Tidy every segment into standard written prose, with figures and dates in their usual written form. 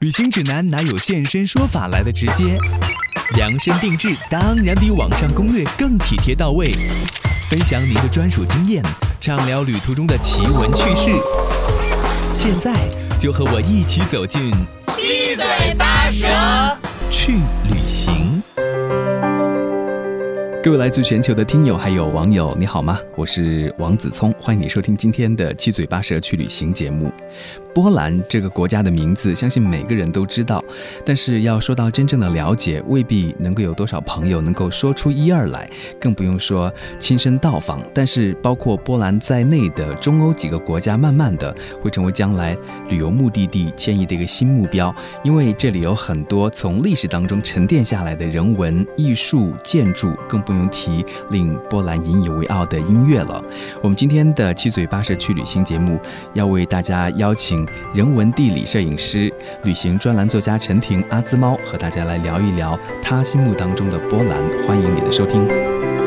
旅行指南哪有现身说法来的直接？量身定制当然比网上攻略更体贴到位。分享您的专属经验，畅聊旅途中的奇闻趣事。现在就和我一起走进七嘴八舌去旅行。各位来自全球的听友还有网友，你好吗？我是王子聪，欢迎你收听今天的七嘴八舌去旅行节目。波兰这个国家的名字相信每个人都知道，但是要说到真正的了解，未必能够有多少朋友能够说出一二来，更不用说亲身到访。但是包括波兰在内的中欧几个国家，慢慢的会成为将来旅游目的地迁移的一个新目标，因为这里有很多从历史当中沉淀下来的人文、艺术、建筑，更不用提令波兰引以为傲的音乐了。我们今天的七嘴八舌去旅行节目，要为大家邀请人文地理摄影师、旅行专栏作家陈婷阿兹猫，和大家来聊一聊他心目当中的波兰。欢迎你的收听。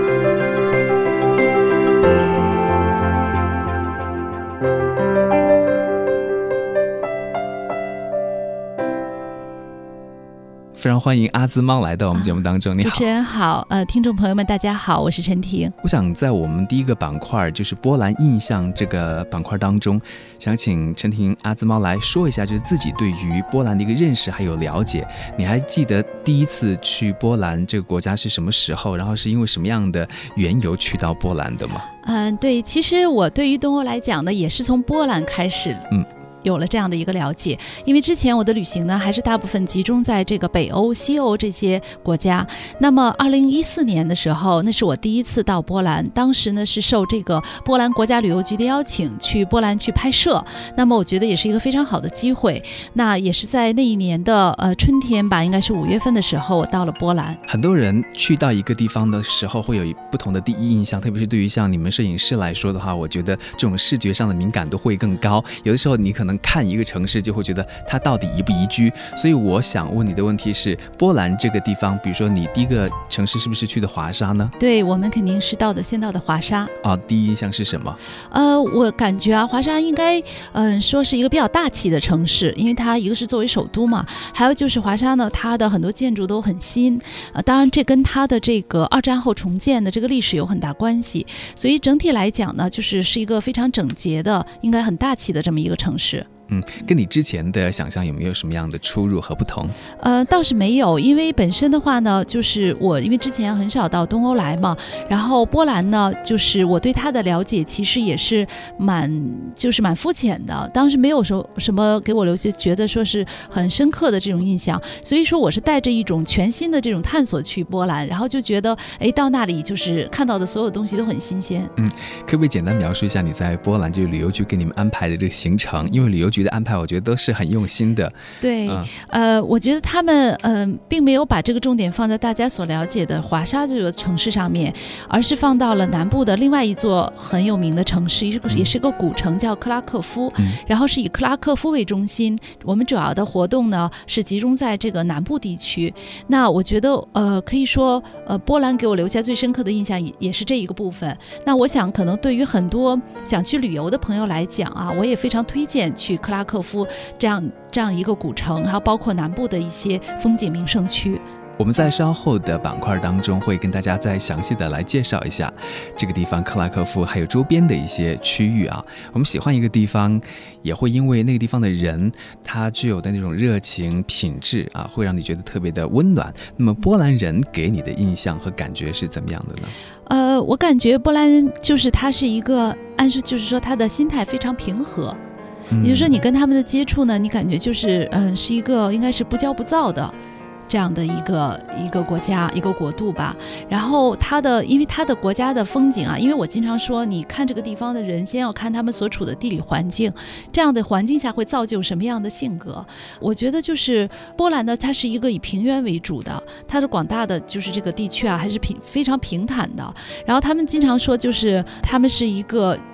非常欢迎阿兹猫来到我们节目当中。你好。 主持人好，听众朋友们大家好，我是陈婷。 我想在我们第一个板块就是波兰印象这个板块当中，想请陈婷阿兹猫来说一下就是自己对于波兰的一个认识还有了解。你还记得第一次去波兰这个国家是什么时候，然后是因为什么样的缘由去到波兰的吗？ 对，其实我对于东欧来讲呢，也是从波兰开始有了这样的一个了解，因为之前我的旅行呢还是大部分集中在这个北欧、西欧这些国家。那么2014年的时候，那是我第一次到波兰，当时呢是受这个波兰国家旅游局的邀请去波兰去拍摄，那么我觉得也是一个非常好的机会。那也是在那一年的春天吧，应该是5月份的时候，我到了波兰。 很多人去到一个地方的时候会有不同的第一印象，特别是对于像你们摄影师来说的话，我觉得这种视觉上的敏感度会更高。有的时候你可能看一个城市就会觉得它到底宜不宜居，所以我想问你的问题是，波兰这个地方，比如说你第一个城市是不是去的华沙呢？ 对，我们肯定是先到的华沙。 第一印象是什么？ 我感觉华沙应该说是一个比较大气的城市，因为它一个是作为首都嘛，还有就是华沙呢，它的很多建筑都很新，当然这跟它的这个2战后重建的这个历史有很大关系，所以整体来讲呢，是一个非常整洁的，应该很大气的这么一个城市。 跟你之前的想象有没有什么样的出入和不同？ 倒是没有，因为本身的话呢，就是我因为之前很少到东欧来嘛，然后波兰呢，就是我对它的了解其实也是蛮肤浅的，当时没有说什么给我留下觉得说是很深刻的这种印象，所以说我是带着一种全新的这种探索去波兰，然后就觉得到那里就是看到的所有东西都很新鲜。 可不可以简单描述一下你在波兰就是旅游局给你们安排的这个行程？因为旅游局的安排我觉得都是很用心的。 对，我觉得他们并没有把这个重点放在大家所了解的华沙这个城市上面，而是放到了南部的另外一座很有名的城市，也是个古城叫克拉克夫，然后是以克拉克夫为中心，我们主要的活动呢是集中在这个南部地区。那我觉得可以说波兰给我留下最深刻的印象也是这一个部分。那我想可能对于很多想去旅游的朋友来讲我也非常推荐去克拉克夫这样一个古城，然后包括南部的一些风景名胜区。 我们在稍后的板块当中会跟大家再详细的来介绍一下这个地方克拉克夫还有周边的一些区域我们喜欢一个地方，也会因为那个地方的人他具有的那种热情品质会让你觉得特别的温暖。那么波兰人给你的印象和感觉是怎么样的呢？ 我感觉波兰人就是他是一个就是说他的心态非常平和，也就是说你跟他们的接触呢，你感觉就是是一个应该是不骄不躁的这样的一个国家一个国度吧。然后因为它的国家的风景因为我经常说你看这个地方的人先要看他们所处的地理环境，这样的环境下会造就什么样的性格。我觉得就是波兰呢，它是一个以平原为主的，它的广大的就是这个地区还是非常平坦的。然后他们经常说就是他们是一个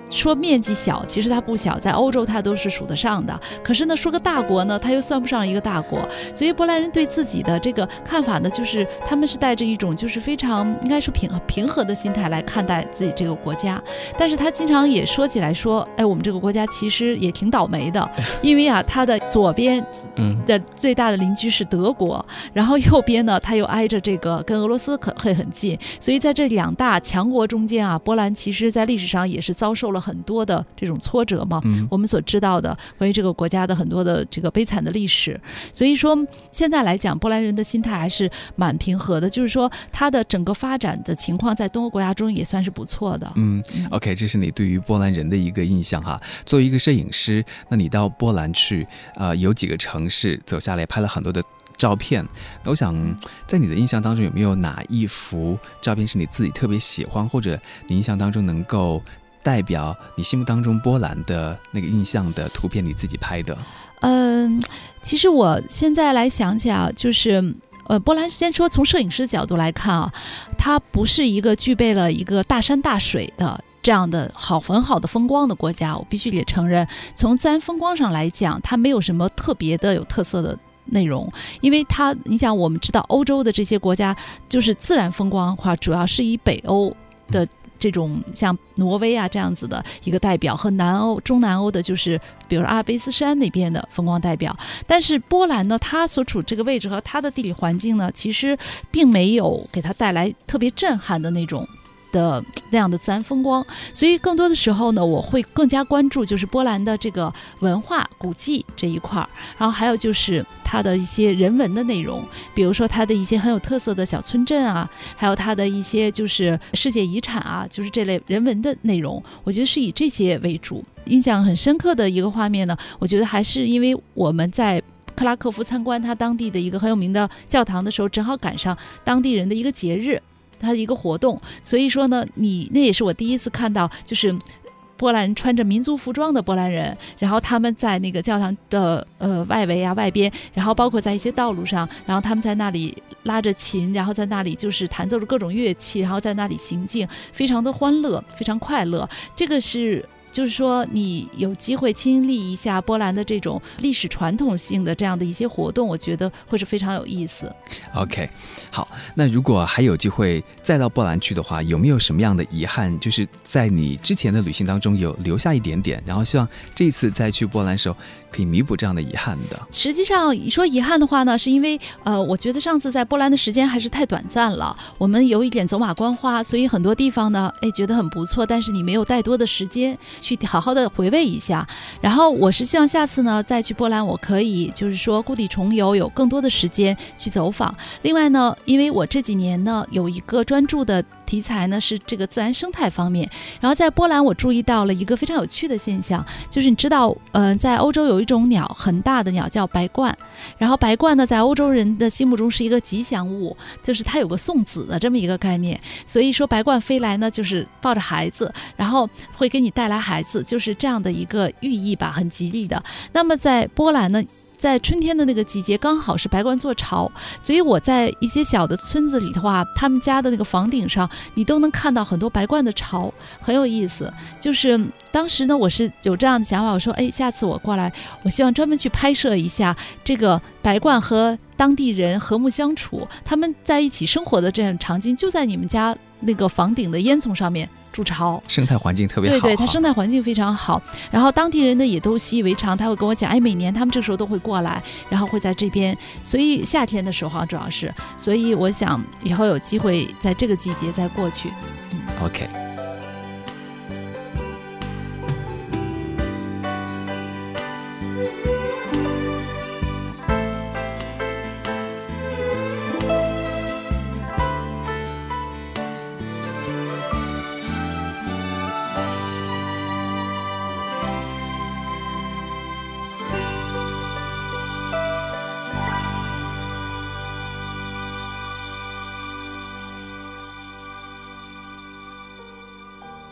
说面积小，其实它不小，在欧洲它都是数得上的。可是呢，说个大国呢，它又算不上一个大国。所以波兰人对自己的这个看法呢，就是他们是带着一种就是非常应该说平和的心态来看待自己这个国家。但是他经常也说起来说，哎，我们这个国家其实也挺倒霉的，因为啊，它的左边的最大的邻居是德国，然后右边呢，它又挨着这个跟俄罗斯会很近，所以在这两大强国中间啊，波兰其实在历史上也是遭受了很多的这种挫折嘛。我们所知道的关于这个国家的很多的这个悲惨的历史，所以说现在来讲，波兰人的心态还是蛮平和的，就是说他的整个发展的情况在东欧国家中也算是不错的。 OK， 这是你对于波兰人的一个印象哈。作为一个摄影师，那你到波兰去，有几个城市走下来，拍了很多的照片。那我想在你的印象当中，有没有哪一幅照片是你自己特别喜欢，或者你印象当中能够代表你心目当中波兰的那个印象的图片，你自己拍的？ 其实我现在来想起啊，就是波兰先说从摄影师的角度来看啊，它不是一个具备了一个大山大水的这样的很好的风光的国家，我必须得承认，从自然风光上来讲，它没有什么特别的有特色的内容，因为你想我们知道欧洲的这些国家就是自然风光的话，主要是以北欧的这种像挪威啊这样子的一个代表，和南欧中南欧的就是比如阿尔卑斯山那边的风光代表。但是波兰呢，它所处这个位置和它的地理环境呢，其实并没有给它带来特别震撼的那样的自然风光，所以更多的时候呢，我会更加关注就是波兰的这个文化古迹这一块，然后还有就是它的一些人文的内容，比如说它的一些很有特色的小村镇啊，还有它的一些就是世界遗产啊，就是这类人文的内容，我觉得是以这些为主。印象很深刻的一个画面呢，我觉得还是因为我们在克拉科夫参观他当地的一个很有名的教堂的时候，正好赶上当地人的一个节日，他的一个活动，所以说呢，那也是我第一次看到，就是波兰人穿着民族服装的波兰人，然后他们在那个教堂的外围啊外边，然后包括在一些道路上，然后他们在那里拉着琴，然后在那里就是弹奏着各种乐器，然后在那里行进，非常的欢乐，非常快乐。这个是就是说你有机会亲历一下波兰的这种历史传统性的这样的一些活动，我觉得会是非常有意思。 OK， 好，那如果还有机会再到波兰去的话，有没有什么样的遗憾，就是在你之前的旅行当中有留下一点点，然后希望这一次再去波兰的时候可以弥补这样的遗憾的？ 实际上说遗憾的话呢，是因为我觉得上次在波兰的时间还是太短暂了，我们有一点走马观花，所以很多地方呢觉得很不错，但是你没有太多的时间去好好的回味一下。然后我是希望下次呢再去波兰，我可以就是说故地重游，有更多的时间去走访。另外呢，因为我这几年呢有一个专注的题材呢是这个自然生态方面，然后在波兰我注意到了一个非常有趣的现象，就是你知道在欧洲有一种鸟，很大的鸟叫白鹳，然后白鹳呢在欧洲人的心目中是一个吉祥物，就是它有个送子的这么一个概念，所以说白鹳飞来呢就是抱着孩子，然后会给你带来孩子，就是这样的一个寓意吧，很吉利的。那么在波兰呢，在春天的那个季节刚好是白鹳做巢，所以我在一些小的村子里的话，他们家的那个房顶上你都能看到很多白鹳的巢，很有意思。就是当时呢我是有这样的想法，我说下次我过来，我希望专门去拍摄一下这个白鹳和当地人和睦相处，他们在一起生活的这样场景，就在你们家那个房顶的烟囱上面筑巢， 生态环境特别好。 对，它生态环境非常好，然后当地人呢也都习以为常，他会跟我讲每年他们这时候都会过来，然后会在这边，所以夏天的时候主要是，所以我想以后有机会在这个季节再过去。 OK，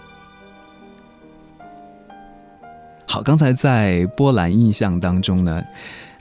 好，刚才在波兰印象当中呢，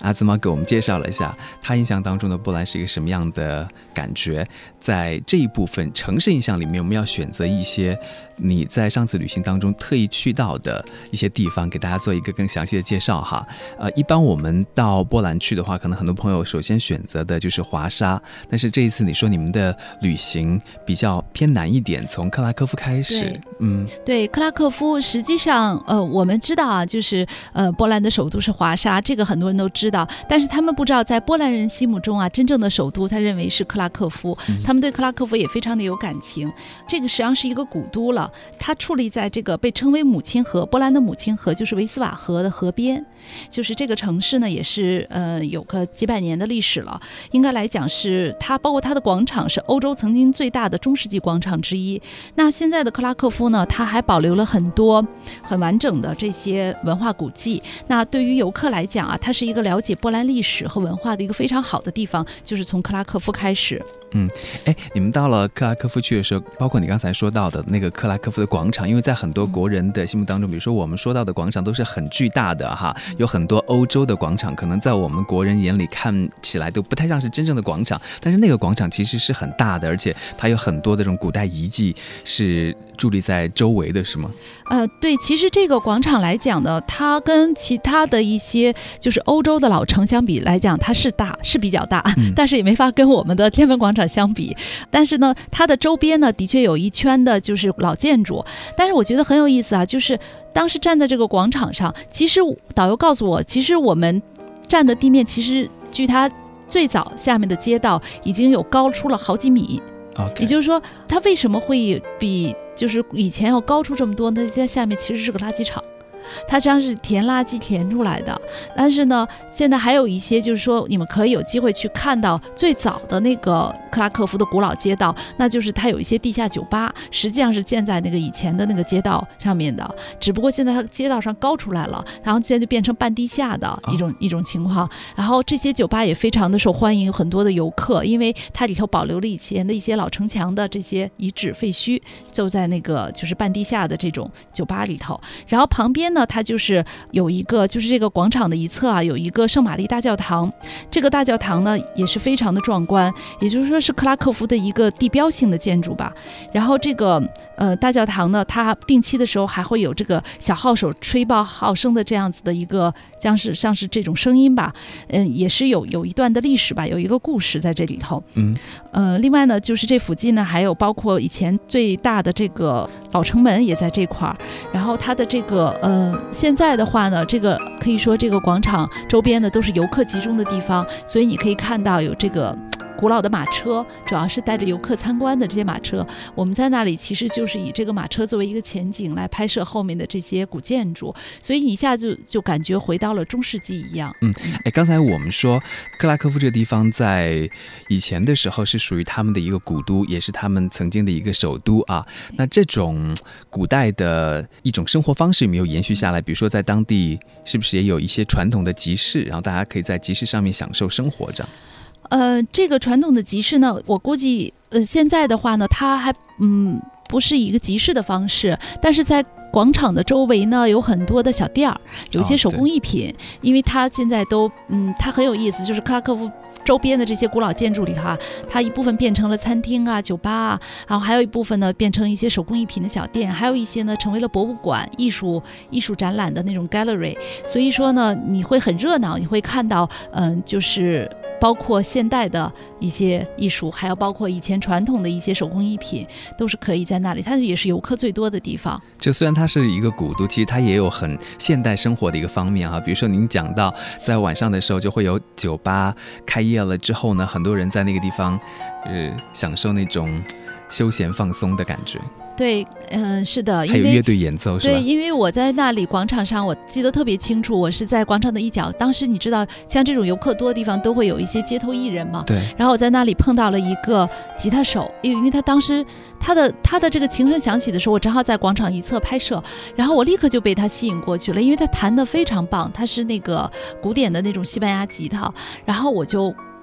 阿兹猫给我们介绍了一下他印象当中的波兰是一个什么样的感觉。在这一部分城市印象里面，我们要选择一些你在上次旅行当中特意去到的一些地方，给大家做一个更详细的介绍哈。一般我们到波兰去的话，可能很多朋友首先选择的就是华沙，但是这一次你说你们的旅行比较偏南一点，从克拉科夫开始。 对，克拉科夫实际上我们知道啊，就是波兰的首都是华沙，这个很多人都知道，但是他们不知道在波兰人心目中啊，真正的首都他认为是克拉科夫，他们对克拉科夫也非常的有感情。这个实际上是一个古都了，它矗立在这个被称为母亲河，波兰的母亲河就是维斯瓦河的河边，就是这个城市呢也是有个几百年的历史了，应该来讲是它包括它的广场是欧洲曾经最大的中世纪广场之一。那现在的克拉科夫呢，它还保留了很多很完整的这些文化古迹。那对于游客来讲啊，它是一个了解波兰历史和文化的一个非常好的地方，就是从克拉科夫开始。 你们到了克拉科夫去的时候，包括你刚才说到的那个克拉科夫的广场，因为在很多国人的心目当中，比如说我们说到的广场都是很巨大的哈，有很多欧洲的广场可能在我们国人眼里看起来都不太像是真正的广场，但是那个广场其实是很大的，而且它有很多的这种古代遗迹是伫立在周围的，是吗？ 对，其实这个广场来讲呢，它跟其他的一些就是欧洲的老城相比来讲，它是比较大，但是也没法跟我们的天安门广场相比。但是呢，它的周边呢，的确有一圈的就是老建筑。但是我觉得很有意思啊，就是当时站在这个广场上，其实导游告诉我，其实我们站的地面，其实距它最早下面的街道已经有高出了好几米。也就是说，它为什么会比就是以前要高出这么多呢？在下面其实是个垃圾场。它实际上是填垃圾填出来的，但是呢，现在还有一些就是说，你们可以有机会去看到最早的那个克拉科夫的古老街道，那就是它有一些地下酒吧，实际上是建在那个以前的那个街道上面的，只不过现在它街道上高出来了，然后现在就变成半地下的一种情况。然后这些酒吧也非常的受欢迎，有很多的游客，因为它里头保留了以前的一些老城墙的这些遗址废墟，就在那个就是半地下的这种酒吧里头。然后旁边呢，它就是有一个，就是这个广场的一侧啊，有一个圣玛丽大教堂。这个大教堂呢也是非常的壮观，也就是说是克拉科夫的一个地标性的建筑吧。然后这个大教堂呢，它定期的时候还会有这个小号手吹报号声的这样子的一个像是这种声音吧。也是有一段的历史吧，有一个故事在这里头。另外呢，就是这附近呢还有包括以前最大的这个老城门也在这块儿。然后它的这个现在的话呢，这个可以说这个广场周边呢都是游客集中的地方，所以你可以看到有这个古老的马车，主要是带着游客参观的这些马车。我们在那里其实就是以这个马车作为一个前景来拍摄后面的这些古建筑，所以你一下就感觉回到了中世纪一样。 刚才我们说克拉科夫这个地方在以前的时候是属于他们的一个古都，也是他们曾经的一个首都啊。那这种古代的一种生活方式有没有延续下来？比如说在当地是不是也有一些传统的集市，然后大家可以在集市上面享受生活这样？ 这个传统的集市呢，我估计现在的话呢，它还不是一个集市的方式，但是在广场的周围呢有很多的小店儿，有一些手工艺品，因为它现在都它很有意思，就是克拉科夫周边的这些古老建筑里头啊，它一部分变成了餐厅啊、酒吧啊，然后还有一部分呢变成一些手工艺品的小店，还有一些呢成为了博物馆、艺术展览的那种 gallery。所以说呢，你会很热闹，你会看到就是包括现代的一些艺术，还有包括以前传统的一些手工艺品，都是可以在那里。它也是游客最多的地方。 就虽然它是一个古都，其实它也有很现代生活的一个方面哈。比如说您讲到在晚上的时候就会有酒吧开业了之后呢，很多人在那个地方享受那种休闲放松的感觉。 对，是的， 还有乐队演奏是吧？ 对，因为我在那里广场上，我记得特别清楚，我是在广场的一角。当时你知道，像这种游客多的地方，都会有一些街头艺人嘛。 对。 然后我在那里碰到了一个吉他手，因为他当时他的这个琴声响起的时候，我正好在广场一侧拍摄，然后我立刻就被他吸引过去了，因为他弹得非常棒，他是那个古典的那种西班牙吉他，然后我就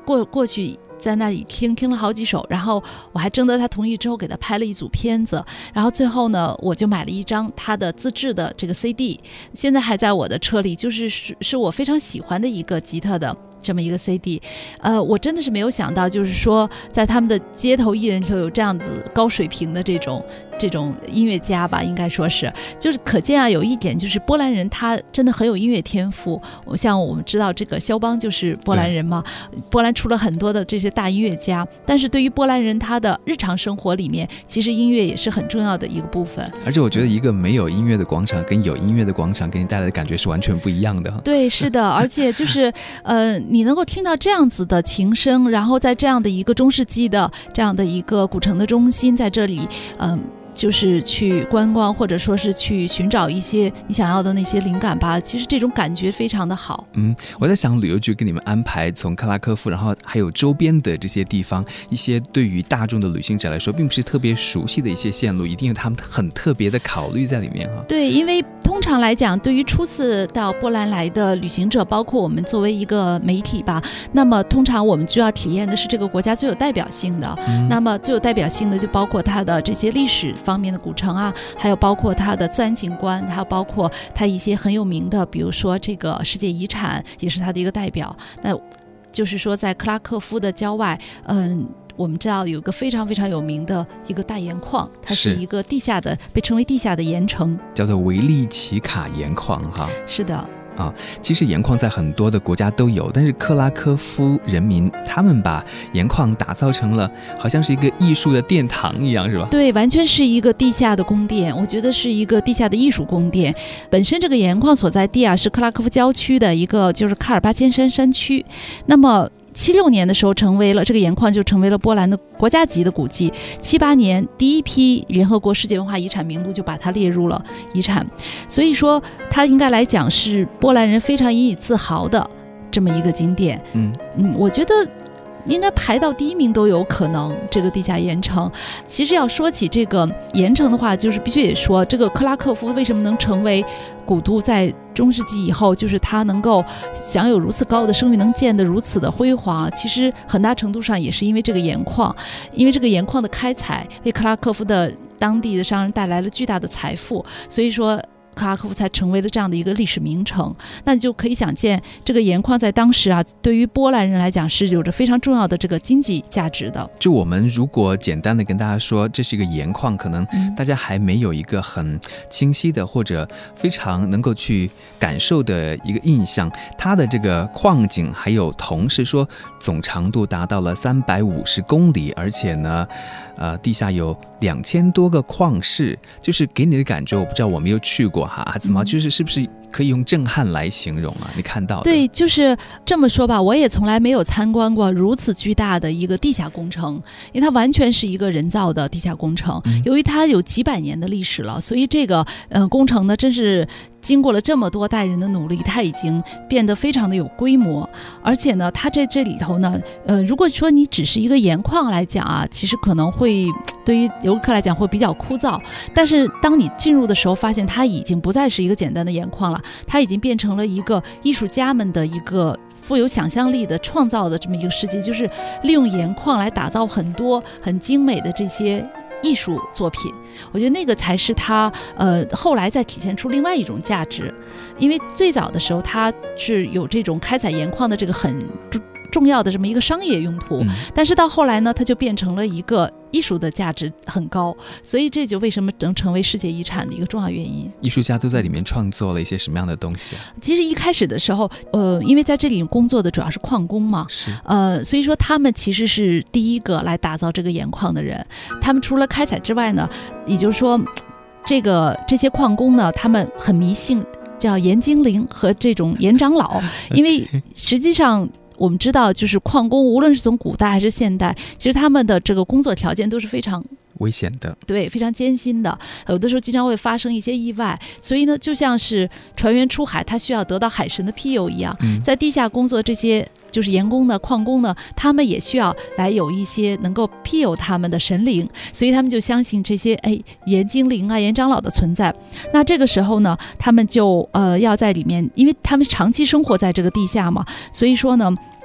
过去在那里听了好几首，然后我还征得他同意之后给他拍了一组片子，然后最后呢我就买了一张他的自制的这个 CD， 现在还在我的车里，是我非常喜欢的一个吉他的这么一个 CD。 我真的是没有想到，就是说在他们的街头艺人里头有这样子高水平的这种音乐家吧，应该说是，就是可见啊，有一点就是波兰人他真的很有音乐天赋。像我们知道这个肖邦就是波兰人嘛，波兰出了很多的这些大音乐家，但是对于波兰人他的日常生活里面，其实音乐也是很重要的一个部分。 而且我觉得一个没有音乐的广场跟有音乐的广场给你带来的感觉是完全不一样的。对， 是的，而且就是你能够听到这样子的琴声，然后在这样的一个中世纪的这样的一个古城的中心，在这里就是去观光，或者说是去寻找一些你想要的那些灵感吧，其实这种感觉非常的好。 我在想旅游局给你们安排从克拉科夫，然后还有周边的这些地方，一些对于大众的旅行者来说并不是特别熟悉的一些线路，一定有他们很特别的考虑在里面。 对，因为通常来讲，对于初次到波兰来的旅行者，包括我们作为一个媒体吧，那么通常我们就要体验的是这个国家最有代表性的，那么最有代表性的就包括它的这些历史方面的古城啊，还有包括它的自然景观，还有包括它一些很有名的，比如说这个世界遗产也是它的一个代表。那就是说在克拉科夫的郊外，我们知道有个非常非常有名的一个大盐矿，它是一个地下的，被称为地下的盐城， 叫做维利奇卡盐矿哈。 是的。 其实盐矿在很多的国家都有，但是克拉科夫人民他们把盐矿打造成了好像是一个艺术的殿堂一样，是吧？对， 完全是一个地下的宫殿，我觉得是一个地下的艺术宫殿。本身这个盐矿所在地啊，是克拉科夫郊区的一个就是喀尔巴阡山山区。那么76年的时候这个盐矿就成为了波兰的国家级的古迹。78年第一批联合国世界文化遗产名录就把它列入了遗产，所以说它应该来讲是波兰人非常引以自豪的这么一个景点。我觉得应该排到第1名都有可能，这个地下盐城。其实要说起这个盐城的话，就是必须得说这个克拉科夫为什么能成为古都，在中世纪以后，就是它能够享有如此高的声誉，能建得如此的辉煌，其实很大程度上也是因为这个盐矿，因为这个盐矿的开采为克拉科夫的当地的商人带来了巨大的财富，所以说克拉科夫才成为了这样的一个历史名城。那你就可以想见，这个盐矿在当时啊，对于波兰人来讲是有着非常重要的这个经济价值的。 就我们如果简单的跟大家说这是一个盐矿，可能大家还没有一个很清晰的或者非常能够去感受的一个印象。它的这个矿井还有铜是说总长度达到了350公里，而且呢地下有2000多个矿室，就是给你的感觉，我不知道我没有去过哈，子毛，就是是不是可以用震撼来形容啊？你看到的？ 对，就是这么说吧，我也从来没有参观过如此巨大的一个地下工程，因为它完全是一个人造的地下工程。由于它有几百年的历史了，所以这个工程呢，真是经过了这么多代人的努力，它已经变得非常的有规模。而且呢，它在这里头呢，如果说你只是一个盐矿来讲啊，其实可能会对于游客来讲会比较枯燥。但是当你进入的时候，发现它已经不再是一个简单的盐矿了，它已经变成了一个艺术家们的一个富有想象力的创造的这么一个世界，就是利用盐矿来打造很多很精美的这些艺术作品。我觉得那个才是它后来再体现出另外一种价值。因为最早的时候它是有这种开采盐矿的这个很重要的这么一个商业用途，但是到后来呢，它就变成了一个艺术的价值很高，所以这就为什么能成为世界遗产的一个重要原因。 艺术家都在里面创作了一些什么样的东西啊？ 其实一开始的时候因为在这里工作的主要是矿工嘛， 是所以说他们其实是第一个来打造这个盐矿的人。他们除了开采之外呢，也就是说这些矿工呢，他们很迷信叫盐精灵和这种盐长老因为实际上我们知道，就是矿工无论是从古代还是现代，其实他们的这个工作条件都是非常危险的， 对，非常艰辛的，有的时候经常会发生一些意外。所以呢，就像是船员出海，他需要得到海神的庇佑一样，在地下工作这些就是盐工呢、矿工呢，他们也需要来有一些能够庇佑他们的神灵，所以他们就相信这些盐精灵啊、盐长老的存在。那这个时候呢，他们就要在里面，因为他们长期生活在这个地下嘛，所以说呢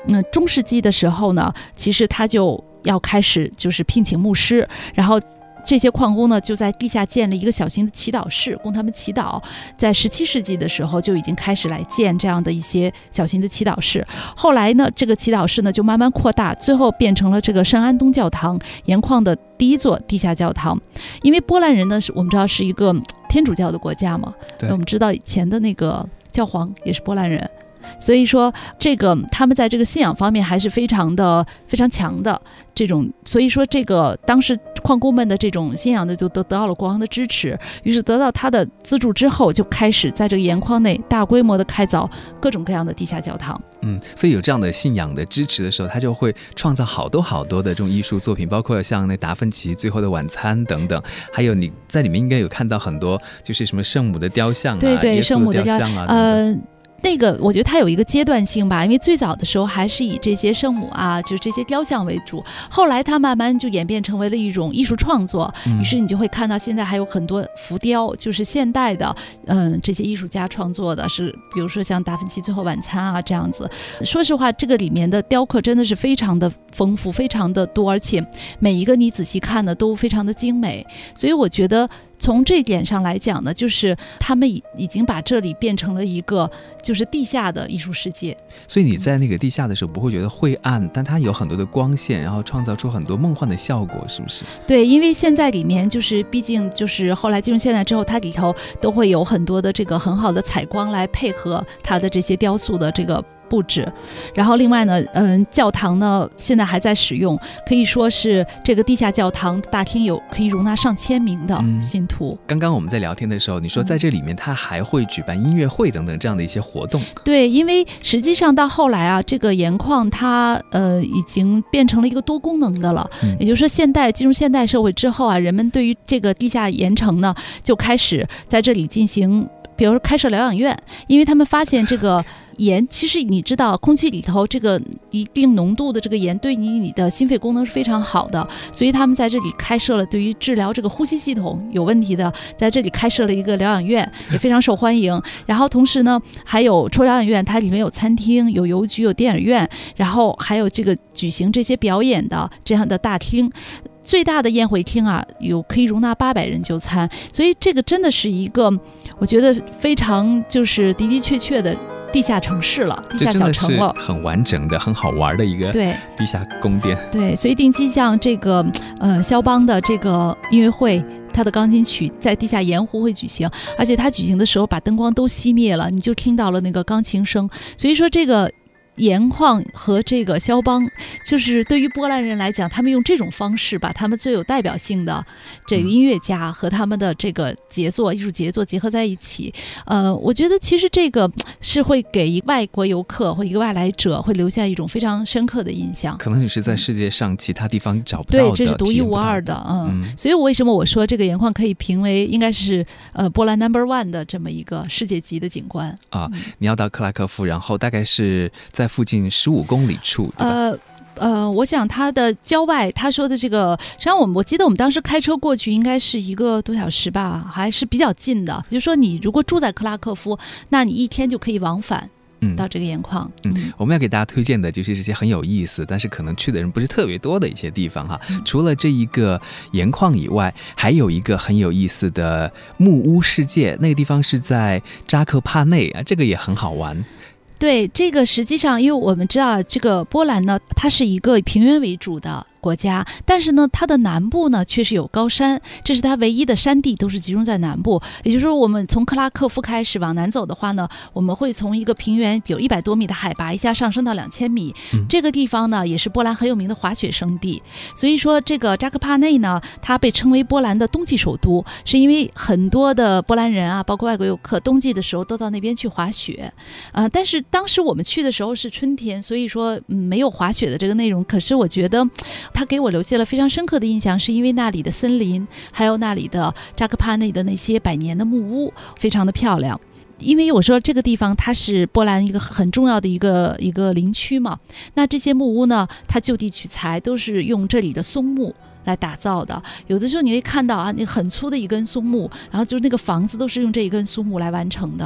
中世纪的时候呢，其实他就要开始就是聘请牧师，然后这些矿工呢就在地下建了一个小型的祈祷室供他们祈祷。在17世纪的时候就已经开始来建这样的一些小型的祈祷室，后来呢这个祈祷室呢就慢慢扩大，最后变成了这个圣安东教堂，盐矿的第一座地下教堂。因为波兰人呢我们知道是一个天主教的国家嘛，我们知道以前的那个教皇也是波兰人，所以说这个他们在这个信仰方面还是非常强的这种，所以说这个当时矿工们的这种信仰的就得到了国王的支持，于是得到他的资助之后，就开始在这个盐矿内大规模的开凿各种各样的地下教堂。 所以有这样的信仰的支持的时候，他就会创造好多的这种艺术作品，包括像那达芬奇《最后的晚餐》等等，还有你在里面应该有看到很多就是什么圣母的雕像啊， 对， 圣母的雕像啊等等。 那个我觉得它有一个阶段性吧，因为最早的时候还是以这些圣母啊，就这些雕像为主，后来它慢慢就演变成为了一种艺术创作，于是你就会看到现在还有很多浮雕，就是现代的这些艺术家创作的，是比如说像达芬奇《最后晚餐》啊这样子。说实话，这个里面的雕刻真的是非常的丰富，非常的多，而且每一个你仔细看的都非常的精美，所以我觉得从这一点上来讲呢，就是他们已经把这里变成了一个就是地下的艺术世界。 所以你在那个地下的时候不会觉得晦暗，但它有很多的光线，然后创造出很多梦幻的效果，是不是？ 对，因为现在里面就是毕竟就是后来进入现代之后，它里头都会有很多的这个很好的采光来配合它的这些雕塑的这个布置。然后另外呢教堂呢现在还在使用，可以说是这个地下教堂大厅有可以容纳上千名的信徒。 刚刚我们在聊天的时候你说在这里面它还会举办音乐会等等这样的一些活动。 对，因为实际上到后来啊，这个盐矿它已经变成了一个多功能的了，也就是说进入现代社会之后啊，人们对于这个地下盐城呢就开始在这里进行比如说开设疗养院，因为他们发现这个盐，其实你知道空气里头这个一定浓度的这个盐对你的心肺功能是非常好的，所以他们在这里开设了对于治疗这个呼吸系统有问题的，在这里开设了一个疗养院，也非常受欢迎。然后同时呢还有除疗养院，它里面有餐厅，有邮局，有电影院，然后还有这个举行这些表演的这样的大厅，最大的宴会厅啊可以容纳800人就餐，所以这个真的是一个我觉得非常就是的确的地下城市了，地下小城了， 这真的是很完整的很好玩的一个地下宫殿。 对，所以定期像这个肖邦的这个音乐会，他的钢琴曲在地下盐湖会举行，而且他举行的时候把灯光都熄灭了，你就听到了那个钢琴声。所以说这个盐矿和这个肖邦，就是对于波兰人来讲，他们用这种方式把他们最有代表性的这个音乐家和他们的这个艺术杰作结合在一起。我觉得其实这个是会给一外国游客或一个外来者会留下一种非常深刻的印象， 可能你是在世界上其他地方找不到的， 对，这是独一无二的。所以为什么我说这个盐矿可以评为应该是波兰 No.1 的这么一个世界级的景观啊。 你要到克拉科夫，然后大概是在附近15公里处，对吧？ 我想它的郊外，他说的这个，实际上我记得我们当时开车过去应该是1个多小时吧，还是比较近的。就是说你如果住在克拉科夫，那你一天就可以往返到这个盐矿。 我们要给大家推荐的就是这些很有意思但是可能去的人不是特别多的一些地方哈。除了这一个盐矿以外，还有一个很有意思的木屋世界，那个地方是在扎克帕内啊，这个也很好玩。 对，这个实际上因为我们知道这个波兰呢，它是一个以平原为主的国家，但是呢它的南部呢确实有高山，这是它唯一的山地都是集中在南部。也就是说我们从克拉科夫开始往南走的话呢，我们会从一个平原有100多米的海拔一下上升到2000米，这个地方呢也是波兰很有名的滑雪胜地。所以说这个扎克帕内呢，它被称为波兰的冬季首都，是因为很多的波兰人啊，包括外国游客冬季的时候都到那边去滑雪。但是当时我们去的时候是春天，所以说没有滑雪的这个内容。可是我觉得它给我留下了非常深刻的印象，是因为那里的森林，还有那里的扎克帕内的那些百年的木屋，非常的漂亮。因为我说这个地方它是波兰一个很重要的一个林区嘛，那这些木屋呢，它就地取材，都是用这里的松木来打造的。有的时候你会看到啊，那很粗的一根松木，然后就是那个房子都是用这一根松木来完成的。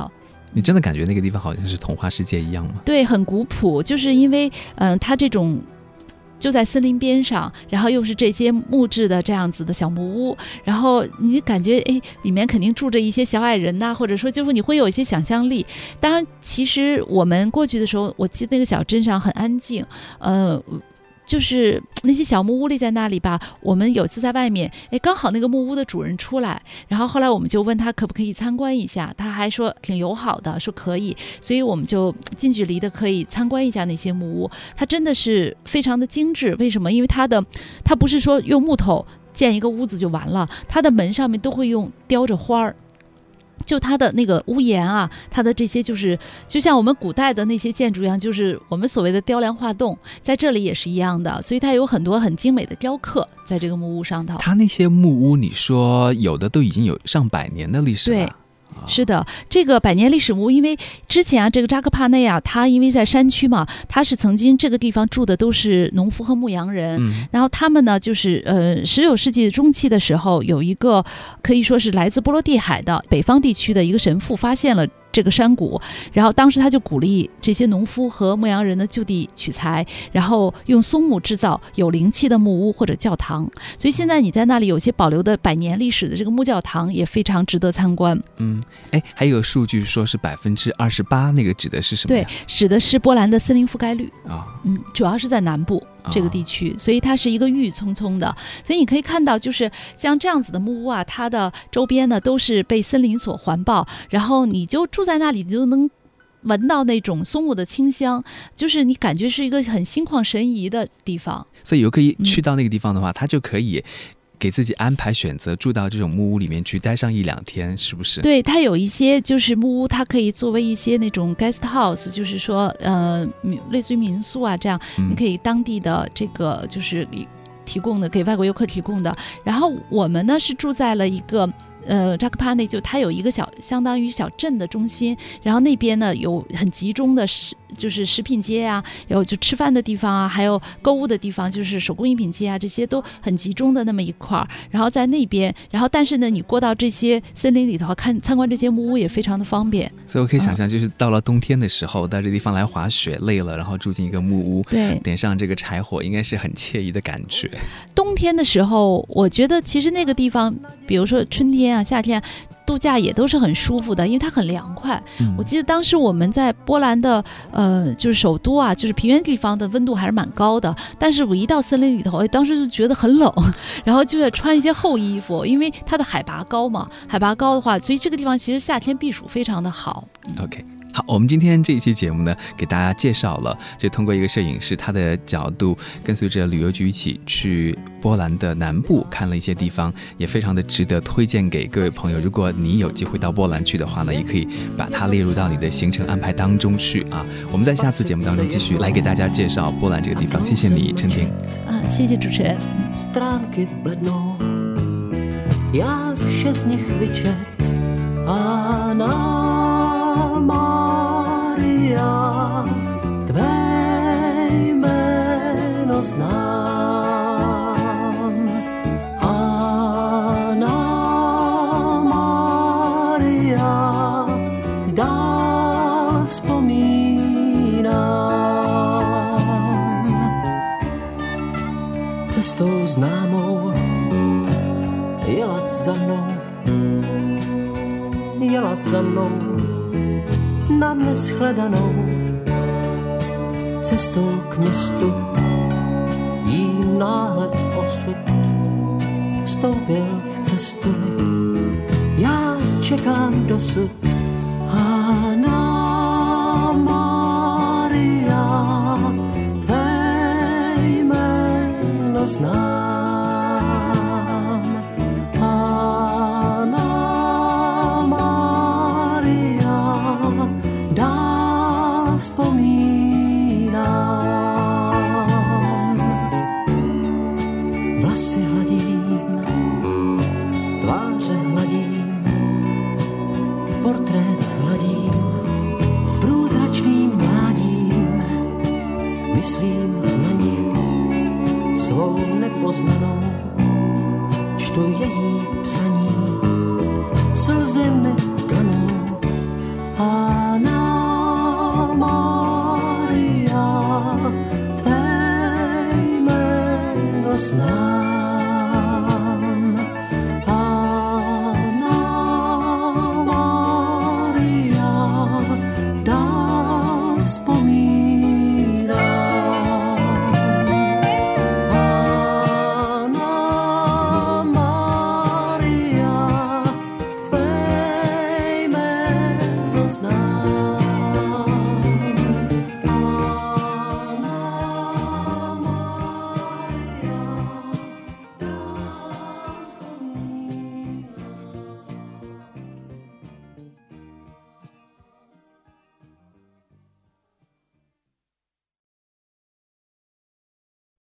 你真的感觉那个地方好像是童话世界一样吗？ 对，很古朴，就是因为它这种就在森林边上，然后又是这些木质的这样子的小木屋，然后你感觉里面肯定住着一些小矮人呐，或者说就是你会有一些想象力。当然其实我们过去的时候，我记得那个小镇上很安静，就是那些小木屋立在那里吧，我们有次在外面，刚好那个木屋的主人出来，然后后来我们就问他可不可以参观一下，他还说挺友好的，说可以，所以我们就近距离的可以参观一下那些木屋。它真的是非常的精致，为什么？因为它不是说用木头建一个屋子就完了，它的门上面都会用雕着花儿。就它的那个屋檐啊，它的这些就像我们古代的那些建筑一样，就是我们所谓的雕梁画栋，在这里也是一样的，所以它有很多很精美的雕刻在这个木屋上头。 它那些木屋，你说有的都已经有上百年的历史了。 对。是的，这个百年历史屋，因为之前啊，这个扎克帕内啊，它因为在山区嘛，它是曾经这个地方住的都是农夫和牧羊人，然后他们呢，就是19世纪中期的时候，有一个可以说是来自波罗的海的北方地区的一个神父发现了这个山谷，然后当时他就鼓励这些农夫和牧羊人的就地取材，然后用松木制造有灵气的木屋或者教堂，所以现在你在那里有些保留的百年历史的这个木教堂也非常值得参观。 还有数据说是28%，那个指的是什么呀？ 对，指的是波兰的森林覆盖率主要是在南部这个地区，所以它是一个郁郁葱葱的，所以你可以看到就是像这样子的木屋啊，它的周边呢都是被森林所环抱，然后你就住在那里，你就能闻到那种松木的清香，就是你感觉是一个很心旷神怡的地方。 所以可以去到那个地方的话，他就可以给自己安排选择住到这种木屋里面去待上1-2天，是不是？对， 它有一些就是木屋，它可以作为一些那种 guest house， 就是说类似于民宿啊这样，你可以当地的这个就是提供的，给外国游客提供的。然后我们呢是住在了一个扎克帕内，就它有一个相当于小镇的中心，然后那边呢有很集中的就是食品街啊，有就吃饭的地方啊，还有购物的地方，就是手工艺品街啊，这些都很集中的那么一块儿。然后在那边，然后但是呢，你过到这些森林里头参观这些木屋也非常的方便。 所以我可以想象，就是到了冬天的时候，到这地方来滑雪累了，然后住进一个木屋， 对， 点上这个柴火，应该是很惬意的感觉。 冬天的时候，我觉得其实那个地方，比如说春天啊、夏天啊，度假也都是很舒服的，因为它很凉快。我记得当时我们在波兰的就是首都啊，就是平原地方的温度还是蛮高的，但是我一到森林里头，当时就觉得很冷，然后就得穿一些厚衣服，因为它的海拔高嘛，海拔高的话，所以这个地方其实夏天避暑非常的好。 OK。好，我们今天这一期节目呢，给大家介绍了，就通过一个摄影师他的角度，跟随着旅游局一起去波兰的南部看了一些地方，也非常的值得推荐给各位朋友。如果你有机会到波兰去的话呢，也可以把它列入到你的行程安排当中去啊。我们在下次节目当中继续来给大家介绍波兰这个地方。谢谢你，陈婷。 谢谢主持人。 Tvé jméno znám, Anna Maria, dál vzpomínám. Cestou známou jela za mnou na neschledanou cestou k městu, jí náhled osud vstoupil v cestu. Já čekám dosud, Anna Maria, tvé jméno znám. Anna Maria, dál vzpomínám. Vlasy hladím, tváře hladím, portrét hladím s průzračným mládím. Myslím na ní svou nepoznanou, čtu její psaní, slzy mi kanou. znám.